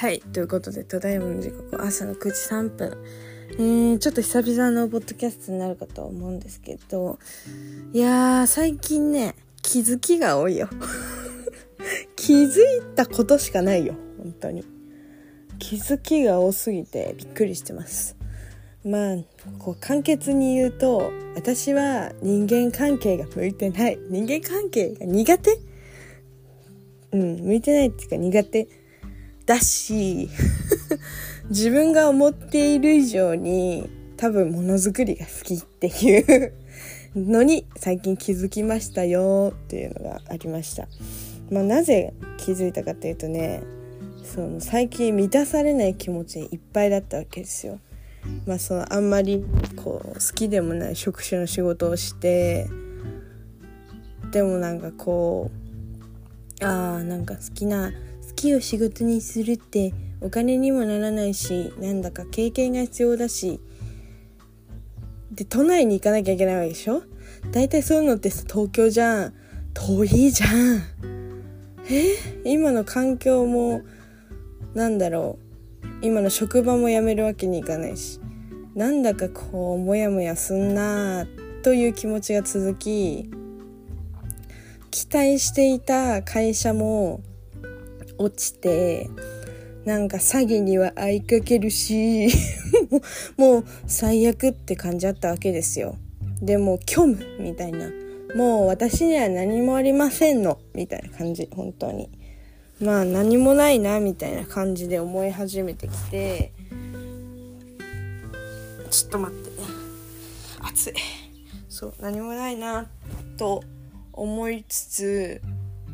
はい、ということでただいまの時刻朝の9時3分、ちょっと久々のポッドキャストになるかと思うんですけど、いやー最近ね気づきが多いよ気づいたことしかないよ。本当に気づきが多すぎてびっくりしてます。まあこう簡潔に言うと、私は人間関係が向いてない、人間関係が苦手、向いてないっていうか苦手だし自分が思っている以上に多分ものづくりが好きっていうのに最近気づきましたよっていうのがありました。なぜ気づいたかというとね、最近満たされない気持ちでいっぱいだったわけですよ。あんまりこう好きでもない職種の仕事をして、でも好きを仕事にするってお金にもならないし、なんだか経験が必要だし、で都内に行かなきゃいけないわけでしょ。だいたいそういうのって東京じゃん、遠いじゃん。今の環境も今の職場も辞めるわけにいかないし、なんだかこうモヤモヤすんなという気持ちが続き、期待していた会社も落ちて、詐欺には遭いかけるしもう最悪って感じだったわけですよ。でも虚無みたいな、もう私には何もありませんのみたいな感じ、本当に何もないなみたいな感じで思い始めてきて、ちょっと待ってね、暑い。何もないなと思いつつ、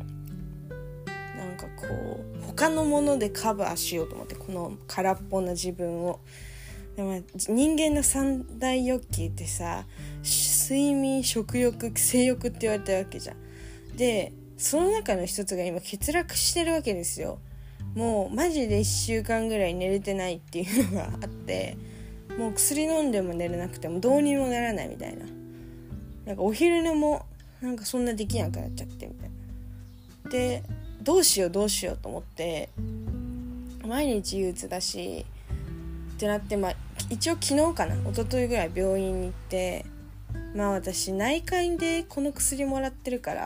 他のものでカバーしようと思って、この空っぽな自分を。でも人間の三大欲求ってさ、睡眠、食欲、性欲って言われたわけじゃん。でその中の一つが今欠落してるわけですよ。もうマジで1週間ぐらい寝れてないっていうのがあって、もう薬飲んでも寝れなくてもどうにもならないみたいな。お昼寝もそんなできなくなっちゃってみたいな。でどうしようと思って、毎日憂鬱だしってなって、一応昨日かな、一昨日ぐらい病院に行って、私内科医でこの薬もらってるから、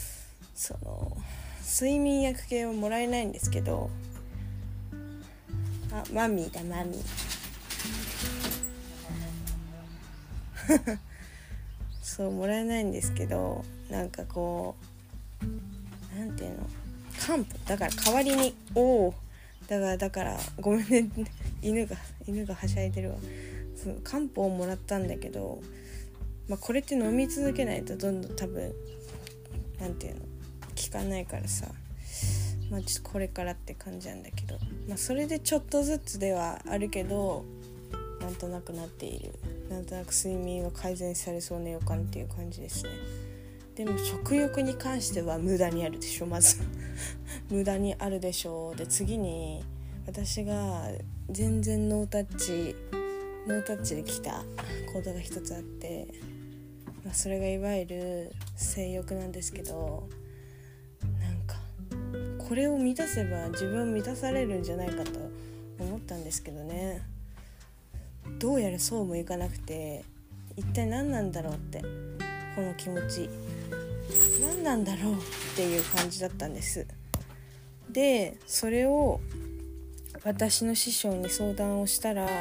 睡眠薬系はもらえないんですけど、マミーもらえないんですけど、なんていうの、漢方だから代わりにだからごめんね犬がはしゃいでるわ。漢方をもらったんだけど、これって飲み続けないとどんどん多分効かないからさ、ちょっとこれからって感じなんだけど、それでちょっとずつではあるけど、なんとなくなっている。なんとなく睡眠は改善されそうな予感っていう感じですね。でも食欲に関しては無駄にあるでしょ。まず無駄にあるでしょ。で次に、私が全然ノータッチで来たことが一つあって、それがいわゆる性欲なんですけど、これを満たせば自分は満たされるんじゃないかと思ったんですけどね、どうやらそうもいかなくて、一体何なんだろうって、この気持ち何なんだろうっていう感じだったんです。でそれを私の師匠に相談をしたら、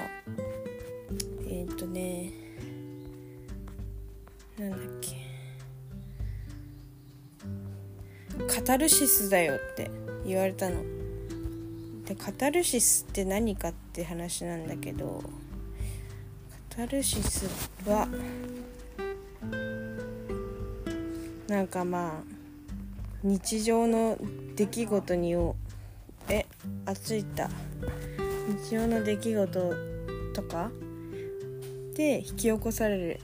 カタルシスだよって言われたの。でカタルシスって何かって話なんだけど、カタルシスは日常の出来事に日常の出来事とかで引き起こされる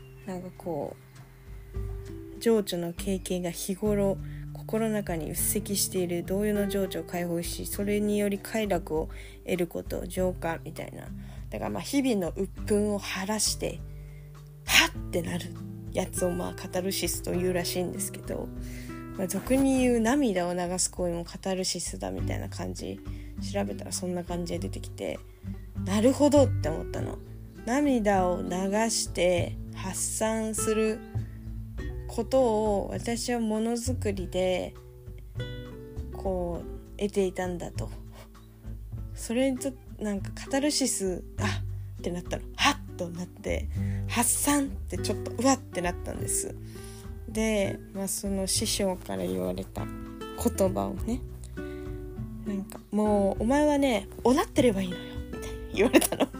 情緒の経験が日頃心の中にうっせきしている同様の情緒を解放し、それにより快楽を得ること、浄化みたいな。だから日々の鬱憤を晴らしてはってなるやつをカタルシスというらしいんですけど、俗に言う涙を流す行為もカタルシスだみたいな感じ調べたらそんな感じで出てきて、なるほどって思ったの。涙を流して発散することを私はものづくりでこう得ていたんだと。それにちょっとなんかカタルシスってなったの。はっとなって発散ってちょっとうわってなったんです。で、その師匠から言われた言葉をね、なんかもうお前はねおなってればいいのよみたいに言われたの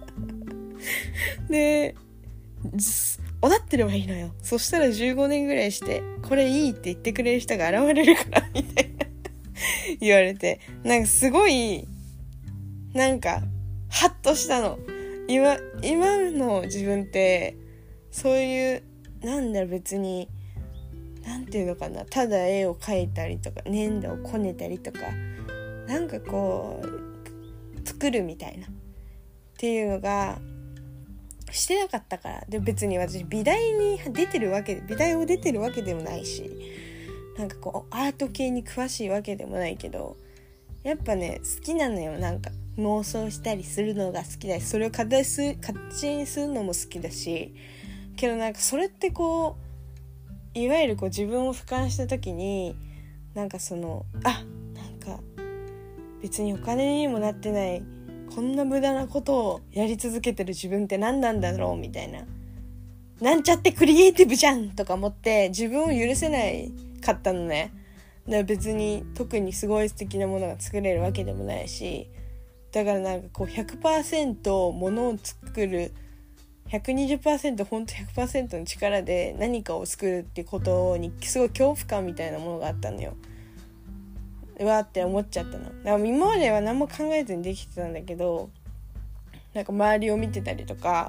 でおなってればいいのよ、そしたら15年ぐらいしてこれいいって言ってくれる人が現れるからみたいな言われて、なんかすごいなんかハッとしたの。今の自分ってそういう別になんていうのかな、ただ絵を描いたりとか粘土をこねたりとかなんかこう作るみたいなっていうのがしてなかったから。で別に私美大を出てるわけでもないし、なんかこうアート系に詳しいわけでもないけど、やっぱね好きなのよ。なんか妄想したりするのが好きだし、それを形にするのも好きだし、けどなんかそれってこういわゆるこう自分を俯瞰した時になんかなんか別にお金にもなってないこんな無駄なことをやり続けてる自分って何なんだろうみたいな、なんちゃってクリエイティブじゃんとか思って自分を許せないかったのね。だから別に特にすごい素敵なものが作れるわけでもないし、だからなんかこう 100% ものを作る 120% 本当 100% の力で何かを作るっていうことにすごい恐怖感みたいなものがあったのよ。うわって思っちゃったの。だから今までは何も考えずにできてたんだけど、なんか周りを見てたりとか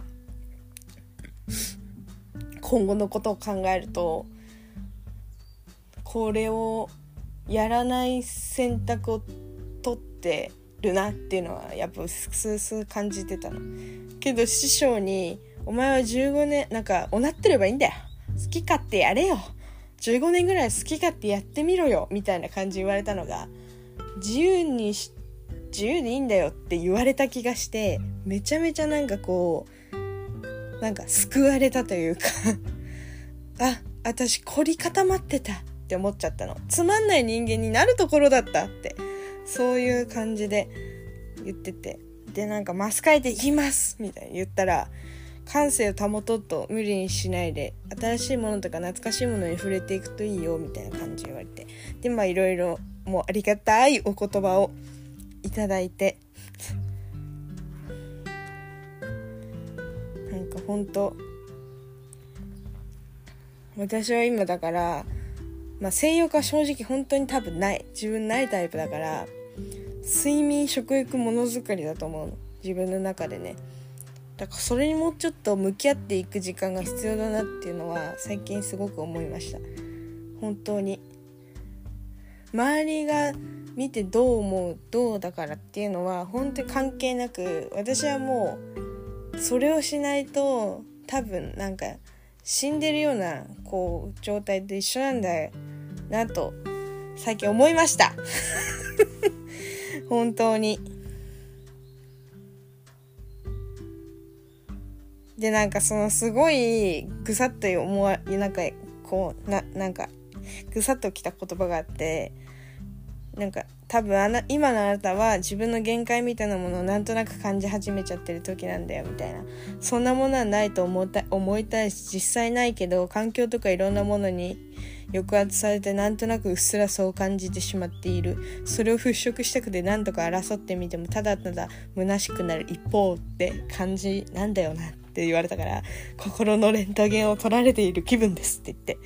今後のことを考えるとこれをやらない選択を取ってるなっていうのはやっぱスースー感じてたの。けど師匠にお前は15年なんかおなってればいいんだよ、好き勝手やれよ、15年ぐらい好き勝手やってみろよみたいな感じ言われたのが、自由でいいんだよって言われた気がして、めちゃめちゃなんかこうなんか救われたというか私凝り固まってたって思っちゃったの。つまんない人間になるところだったって、そういう感じで言ってて、でなんかマス書いていきますみたいに言ったら、感性を保とうと無理にしないで新しいものとか懐かしいものに触れていくといいよみたいな感じ言われて、でいろいろもうありがたいお言葉をいただいて、なんか本当私は今だから、性欲は正直本当に多分自分ないタイプだから、睡眠食欲ものづくりだと思うの自分の中でね。だからそれにもうちょっと向き合っていく時間が必要だなっていうのは最近すごく思いました。本当に周りが見てどう思うどうだからっていうのは本当に関係なく、私はもうそれをしないと多分なんか死んでるようなこう状態と一緒なんだよなと最近思いました本当に。でなんかすごいぐさっとなんかこうなんかぐさっときた言葉があって、なんか多分今のあなたは自分の限界みたいなものをなんとなく感じ始めちゃってる時なんだよみたいな、そんなものはないと思いたいし実際ないけど、環境とかいろんなものに抑圧されてなんとなくうっすらそう感じてしまっている。それを払拭したくて何とか争ってみてもただただ虚しくなる一方って感じなんだよなって言われたから、心のレントゲンを取られている気分ですって言って、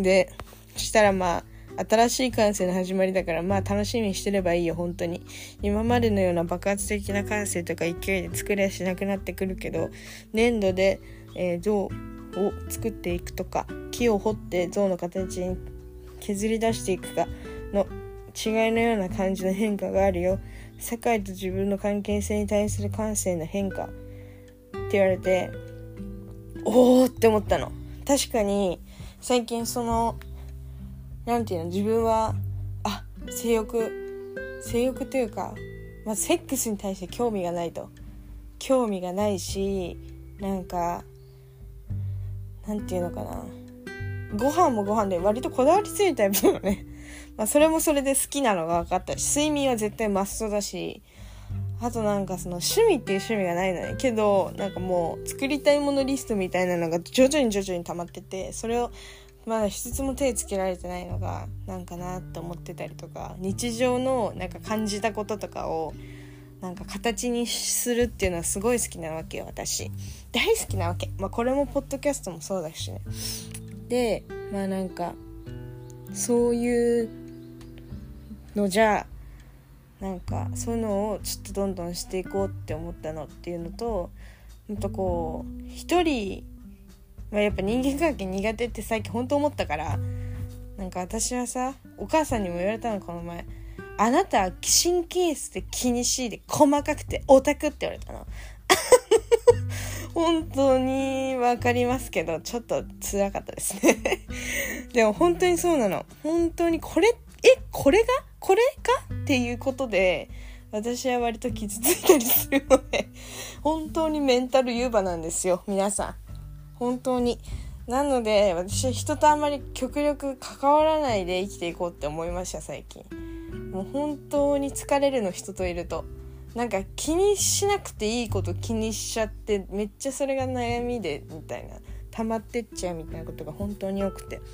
でそしたら新しい感性の始まりだから楽しみにしてればいいよ。本当に今までのような爆発的な感性とか勢いで作りはしなくなってくるけど、粘土で、像を作っていくとか木を掘って像の形に削り出していくかの違いのような感じの変化があるよ。世界と自分の関係性に対する感性の変化って言われて、おーって思ったの。確かに最近なんていうの、自分は性欲というかセックスに対して興味がないし、なんていうのかな、ご飯もご飯で割とこだわり強いタイプなのね。それもそれで好きなのが分かったし、睡眠は絶対マストだし、あとその趣味っていう趣味がないのね。けどもう作りたいものリストみたいなのが徐々に溜まってて、それをまだ一つも手つけられてないのがなって思ってたりとか、日常の感じたこととかを形にするっていうのはすごい好きなわけよ。私大好きなわけ。これもポッドキャストもそうだしね。でそういうのじゃそういうのをちょっとどんどんしていこうって思ったのっていうのと、一人、やっぱ人間関係苦手って最近本当思ったから、私はさ、お母さんにも言われたのこの前、あなたは神経質で気にしいで細かくてオタクって言われたの。本当にわかりますけど、ちょっと辛かったですね。でも本当にそうなの。本当にこれかっていうことで、私は割と傷ついたりするので、本当にメンタルユーバなんですよ、皆さん。本当に。なので私は人とあんまり極力関わらないで生きていこうって思いました、最近。もう本当に疲れるの、人といると。気にしなくていいこと気にしちゃって、めっちゃそれが悩みでみたいな、溜まってっちゃうみたいなことが本当に多くて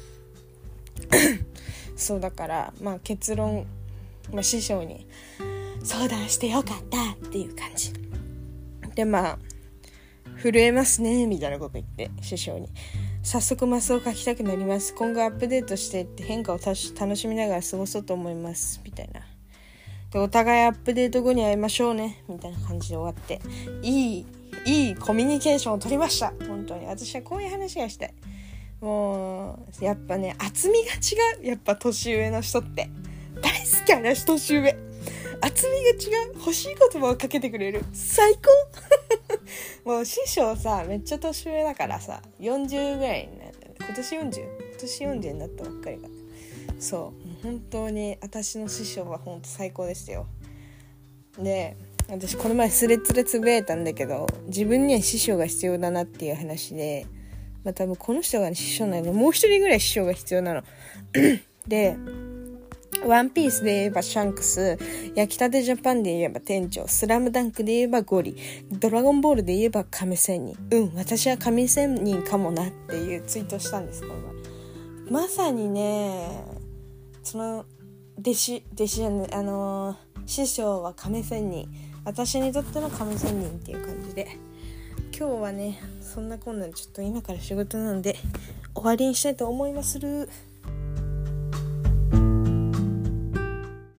そうだから結論、師匠に相談してよかったっていう感じで、震えますねみたいなこと言って、師匠に早速マスを書きたくなります、今後アップデートしていって変化を楽しみながら過ごそうと思いますみたいな。でお互いアップデート後に会いましょうねみたいな感じで終わって、いいコミュニケーションを取りました。本当に私はこういう話がしたい。もうやっぱね、厚みが違う。やっぱ年上の人って大好き。私年上、厚みが違う。欲しい言葉をかけてくれる、最高。もう師匠さ、めっちゃ年上だからさ、40ぐらいになる。今年40になったばっかりか。そう本当に私の師匠は本当最高ですよ。で、私この前スレッズでつぶやいたんだけど、自分には師匠が必要だなっていう話で、多分この人が師匠なので、もう一人ぐらい師匠が必要なの。で、ワンピースで言えばシャンクス、焼きたてジャパンで言えば店長、スラムダンクで言えばゴリ、ドラゴンボールで言えば亀仙人。私は亀仙人かもなっていうツイートしたんです、この前。まさにね、その師匠は亀仙人、私にとっての亀仙人っていう感じで、今日はね、そんなこんなでちょっと今から仕事なので終わりにしたいと思いまする。